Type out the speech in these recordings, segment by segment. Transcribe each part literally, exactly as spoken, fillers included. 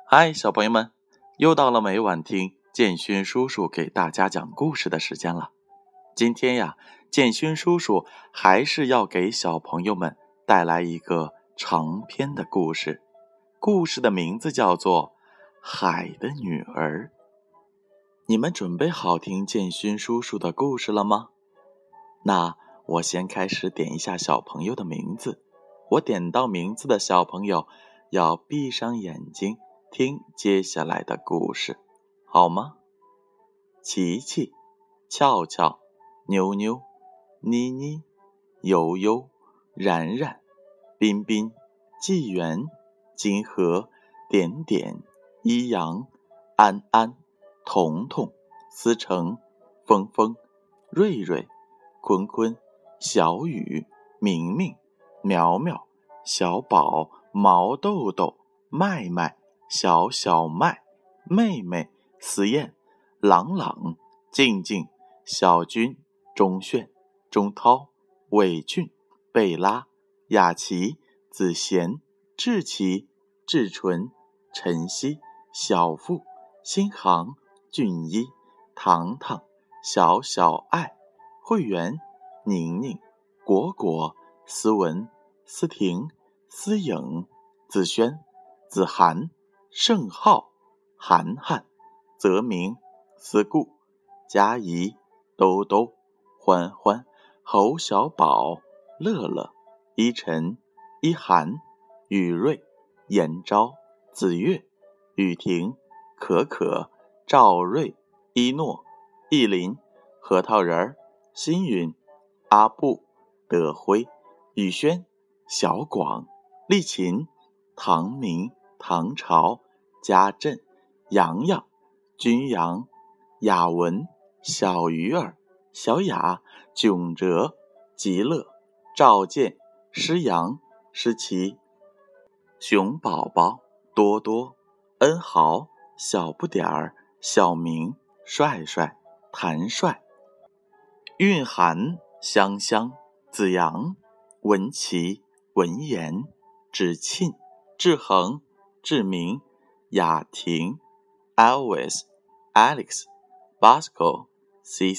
嗨，小朋友们，又到了每晚听建勋叔叔给大家讲故事的时间了。今天呀，建勋叔叔还是要给小朋友们带来一个长篇的故事，故事的名字叫做《海的女儿》。你们准备好听建勋叔叔的故事了吗？那我先开始点一下小朋友的名字，我点到名字的小朋友要闭上眼睛听接下来的故事，好吗？琪琪、俏俏、妞妞、妮妮、悠悠、然然、彬彬、纪元、金河、点点、一阳、安安、彤彤、思成、峰峰、瑞瑞、坤坤、小雨、明明、苗苗、小宝、毛豆豆、麦麦、小小麦、妹妹、思燕、朗朗、静静、小军、钟炫、钟涛、伟俊、贝拉、雅琪、子贤、志奇、志纯、晨曦、小富、新航、俊一、糖糖、小小爱、慧媛、宁宁、果果、思文、思婷、思颖、子轩、子涵、盛浩、涵涵、泽明、思顾、佳怡、兜兜、欢欢、侯小宝、乐乐、依晨、一涵、雨瑞、严昭、子月、雨婷、可可、赵瑞、一诺、意林、核桃仁儿、新云、阿布、德辉、宇轩、小广、丽琴、唐明、唐朝、家振、洋洋、君阳、雅文、小鱼儿、小雅、囧哲、极乐、赵健、诗阳、诗琪、熊宝宝、多多、恩豪、小不点儿、小明、帅帅、谭帅、蕴涵、香香、子阳、文琪、文言、芷沁、志恒、志明、雅婷、Always、Alex、Bosco、C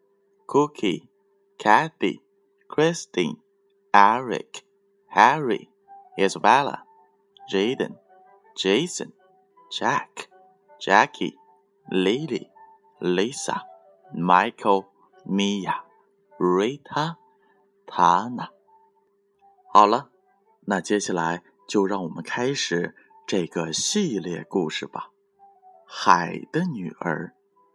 C、Cookie、Kathy、Christine、Eric、Harry、Isabella、Jaden、Jason、Jack、Jackie、Lily、Lisa、Michael、Mia、Rita、Tana。好了，那接下来就让我们开始这个系列故事吧。海的女儿。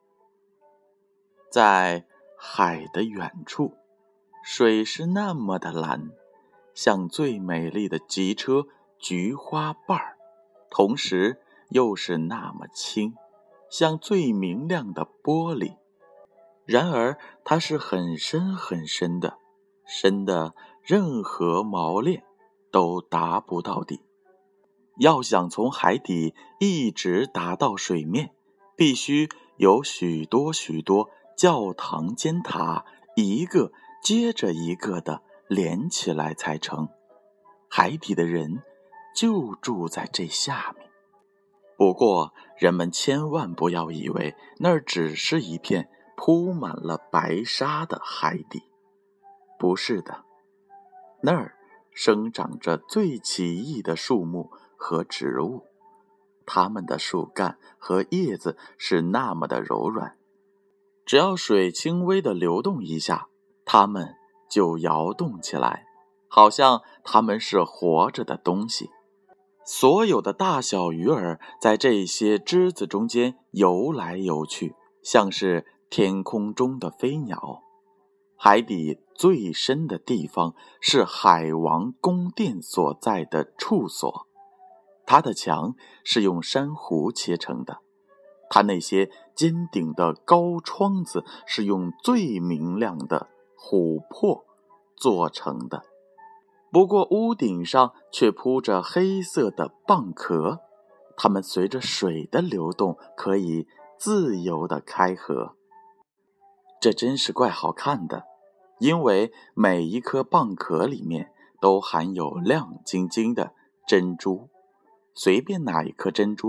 在海的远处，水是那么的蓝，像最美丽的吉车菊花瓣儿，同时又是那么清，像最明亮的玻璃。然而它是很深很深的，深的任何锚链都达不到底。要想从海底一直达到水面，必须有许多许多教堂尖塔一个接着一个的连起来才成。海底的人就住在这下面。不过人们千万不要以为那儿只是一片铺满了白沙的海底。不是的，那儿生长着最奇异的树木和植物，它们的树干和叶子是那么的柔软，只要水轻微的流动一下，它们就摇动起来，好像它们是活着的东西。所有的大小鱼儿在这些枝子中间游来游去，像是天空中的飞鸟。海底最深的地方是海王宫殿所在的处所，它的墙是用珊瑚切成的，它那些尖顶的高窗子是用最明亮的琥珀做成的。不过屋顶上却铺着黑色的蚌壳，它们随着水的流动可以自由地开合。这真是怪好看的，因为每一颗蚌壳里面都含有亮晶晶的珍珠，随便哪一颗珍珠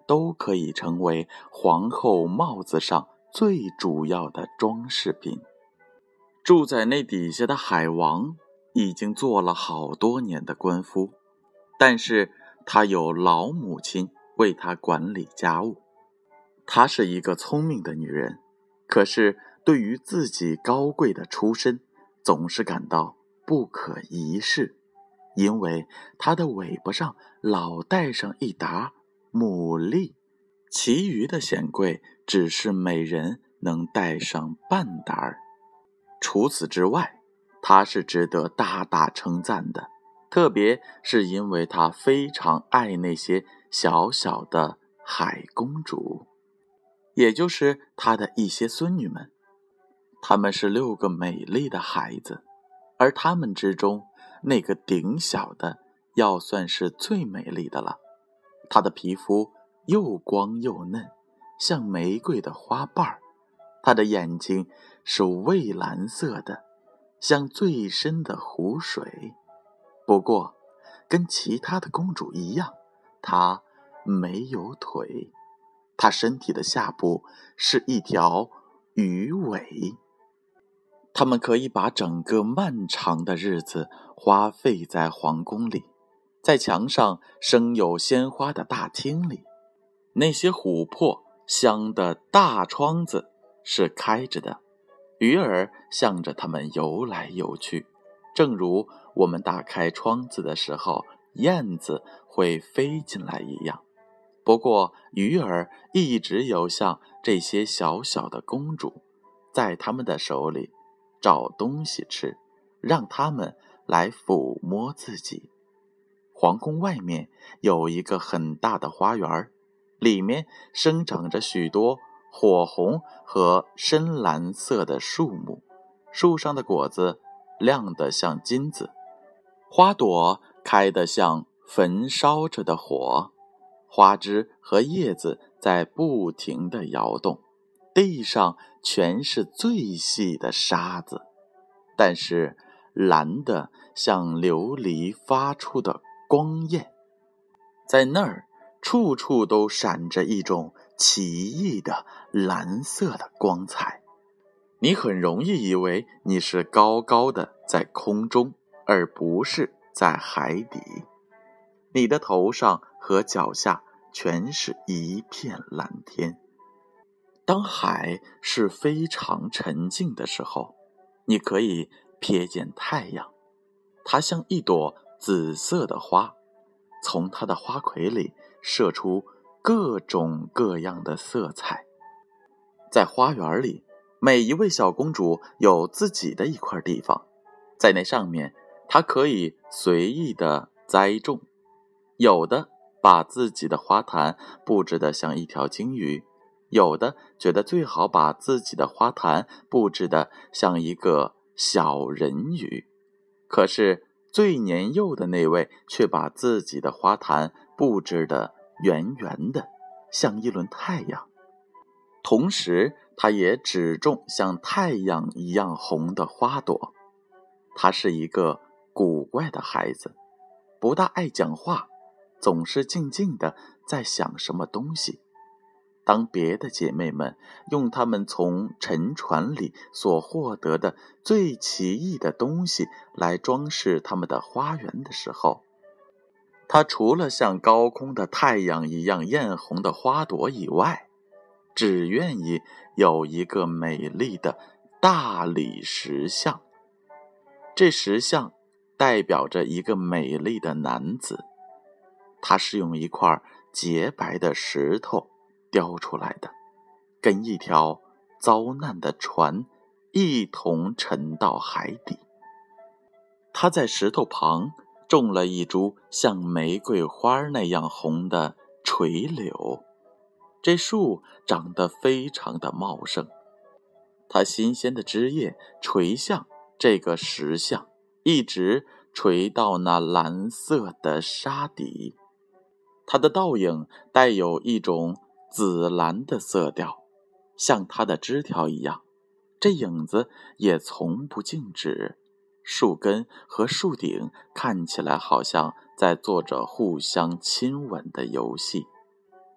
都可以成为皇后帽子上最主要的装饰品。住在那底下的海王已经做了好多年的官夫，但是他有老母亲为他管理家务。她是一个聪明的女人，可是对于自己高贵的出身总是感到不可一世，因为她的尾巴上老带上一沓牡蛎，其余的显贵只是每人能带上半沓儿。除此之外，她是值得大大称赞的，特别是因为她非常爱那些小小的海公主，也就是她的一些孙女们。她们是六个美丽的孩子，而她们之中那个顶小的要算是最美丽的了。她的皮肤又光又嫩，像玫瑰的花瓣儿。她的眼睛是蔚蓝色的，像最深的湖水。不过跟其他的公主一样，她没有腿，她身体的下部是一条鱼尾。他们可以把整个漫长的日子花费在皇宫里，在墙上生有鲜花的大厅里，那些琥珀镶的大窗子是开着的，鱼儿向着它们游来游去，正如我们打开窗子的时候燕子会飞进来一样。不过鱼儿一直游向这些小小的公主，在他们的手里找东西吃，让他们来抚摸自己。皇宫外面有一个很大的花园，里面生长着许多火红和深蓝色的树木，树上的果子亮得像金子，花朵开得像焚烧着的火，花枝和叶子在不停地摇动，地上全是最细的沙子，但是蓝的像琉璃发出的光焰。在那儿处处都闪着一种奇异的蓝色的光彩，你很容易以为你是高高的在空中，而不是在海底。你的头上和脚下全是一片蓝天。当海是非常沉静的时候，你可以瞥见太阳，它像一朵紫色的花，从它的花魁里射出各种各样的色彩。在花园里，每一位小公主有自己的一块地方，在那上面她可以随意地栽种，有的把自己的花坛布置得像一条金鱼，有的觉得最好把自己的花坛布置得像一个小人鱼。可是最年幼的那位却把自己的花坛布置得圆圆的，像一轮太阳。同时他也只种像太阳一样红的花朵。他是一个古怪的孩子，不大爱讲话，总是静静地在想什么东西。当别的姐妹们用她们从沉船里所获得的最奇异的东西来装饰她们的花园的时候，她除了像高空的太阳一样艳红的花朵以外，只愿意有一个美丽的大理石像。这石像代表着一个美丽的男子，他是用一块洁白的石头雕出来的，跟一条遭难的船一同沉到海底。他在石头旁种了一株像玫瑰花那样红的垂柳，这树长得非常的茂盛，它新鲜的枝叶垂向这个石像，一直垂到那蓝色的沙底。它的倒影带有一种紫蓝的色调，像它的枝条一样，这影子也从不静止。树根和树顶看起来好像在做着互相亲吻的游戏。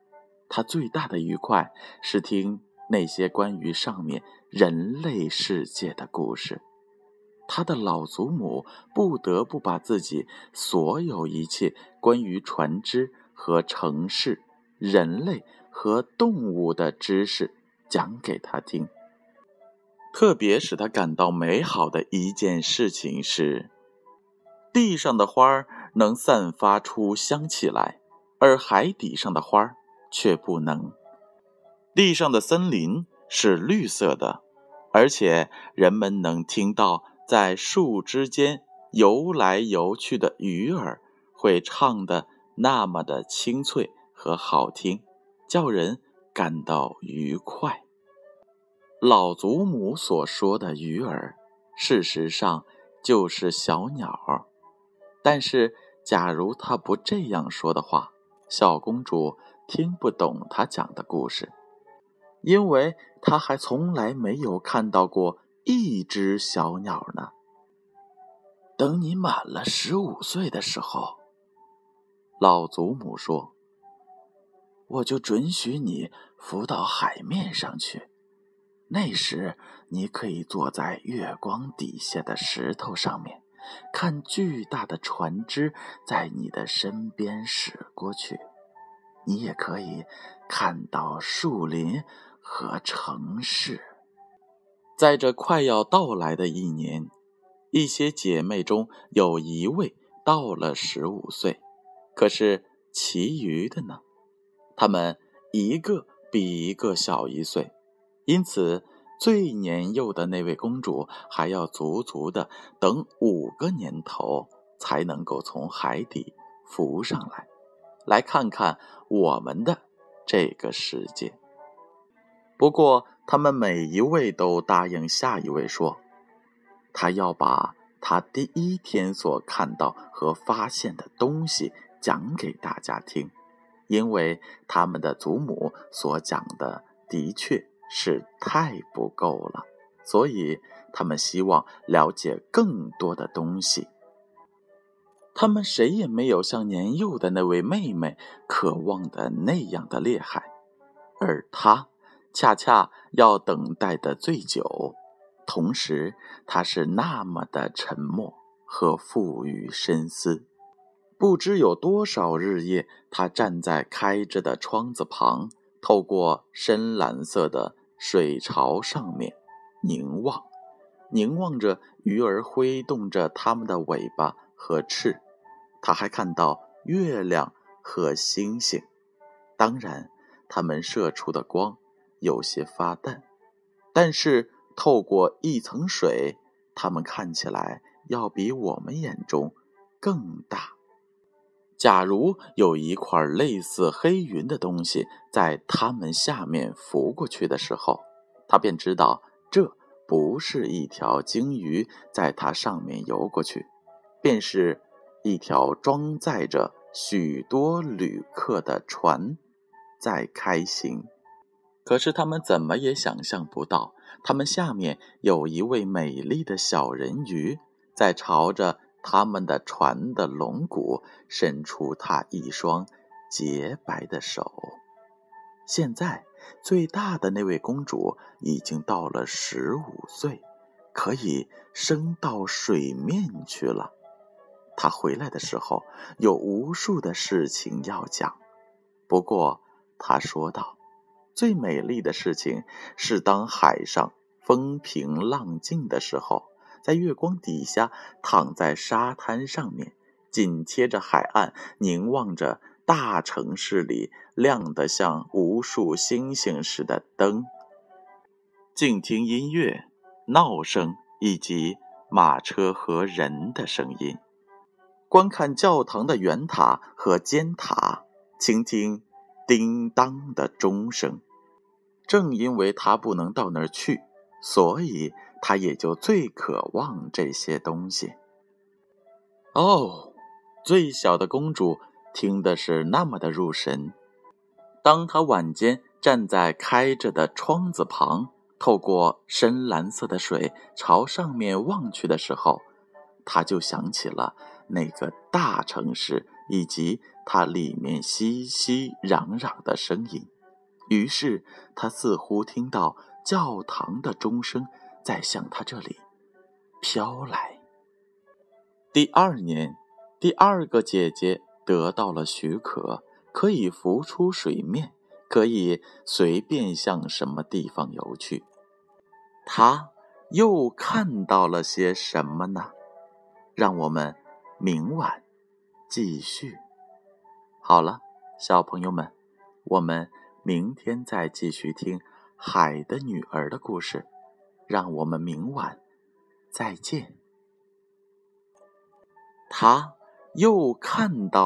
他最大的愉快是听那些关于上面人类世界的故事。他的老祖母不得不把自己所有一切关于船只和城市、人类和动物的知识讲给他听。特别使他感到美好的一件事情是，地上的花儿能散发出香气来，而海底上的花儿却不能。地上的森林是绿色的，而且人们能听到在树枝间游来游去的鱼儿会唱得那么的清脆和好听，叫人感到愉快。老祖母所说的鱼儿，事实上就是小鸟，但是假如她不这样说的话，小公主听不懂她讲的故事，因为她还从来没有看到过一只小鸟呢。等你满了十五岁的时候，老祖母说，我就准许你浮到海面上去，那时你可以坐在月光底下的石头上面，看巨大的船只在你的身边驶过去，你也可以看到树林和城市。在这快要到来的一年，一些姐妹中有一位到了十五岁，可是其余的呢？她们一个比一个小一岁，因此最年幼的那位公主还要足足的等五个年头才能够从海底浮上来，来看看我们的这个世界。不过他们每一位都答应下一位说，他要把他第一天所看到和发现的东西讲给大家听，因为他们的祖母所讲的的确是太不够了，所以他们希望了解更多的东西。他们谁也没有像年幼的那位妹妹渴望的那样的厉害，而她恰恰要等待的最久，同时她是那么的沉默和富于深思。不知有多少日夜，她站在开着的窗子旁，透过深蓝色的水槽上面凝望，凝望着鱼儿挥动着它们的尾巴和翅。她还看到月亮和星星，当然它们射出的光有些发淡，但是透过一层水，它们看起来要比我们眼中更大。假如有一块类似黑云的东西在它们下面浮过去的时候，他便知道这不是一条鲸鱼在它上面游过去，便是一条装载着许多旅客的船在开行。可是他们怎么也想象不到，他们下面有一位美丽的小人鱼在朝着他们的船的龙骨伸出他一双洁白的手。现在最大的那位公主已经到了十五岁，可以升到水面去了。她回来的时候有无数的事情要讲，不过她说道，最美丽的事情是当海上风平浪静的时候，在月光底下躺在沙滩上面，紧贴着海岸，凝望着大城市里亮得像无数星星似的灯，静听音乐、闹声以及马车和人的声音，观看教堂的圆塔和尖塔，倾听叮当的钟声。正因为他不能到那儿去，所以他也就最渴望这些东西。哦，最小的公主听的是那么的入神。当她晚间站在开着的窗子旁，透过深蓝色的水朝上面望去的时候，她就想起了那个大城市以及它里面熙熙攘攘的声音。 于是他似乎听到教堂的钟声在向他这里飘来。第二年，第二个姐姐得到了许可，可以浮出水面，可以随便向什么地方游去。她又看到了些什么呢？让我们明晚继续。好了，小朋友们，我们明天再继续听海的女儿的故事。让我们明晚再见。她又看到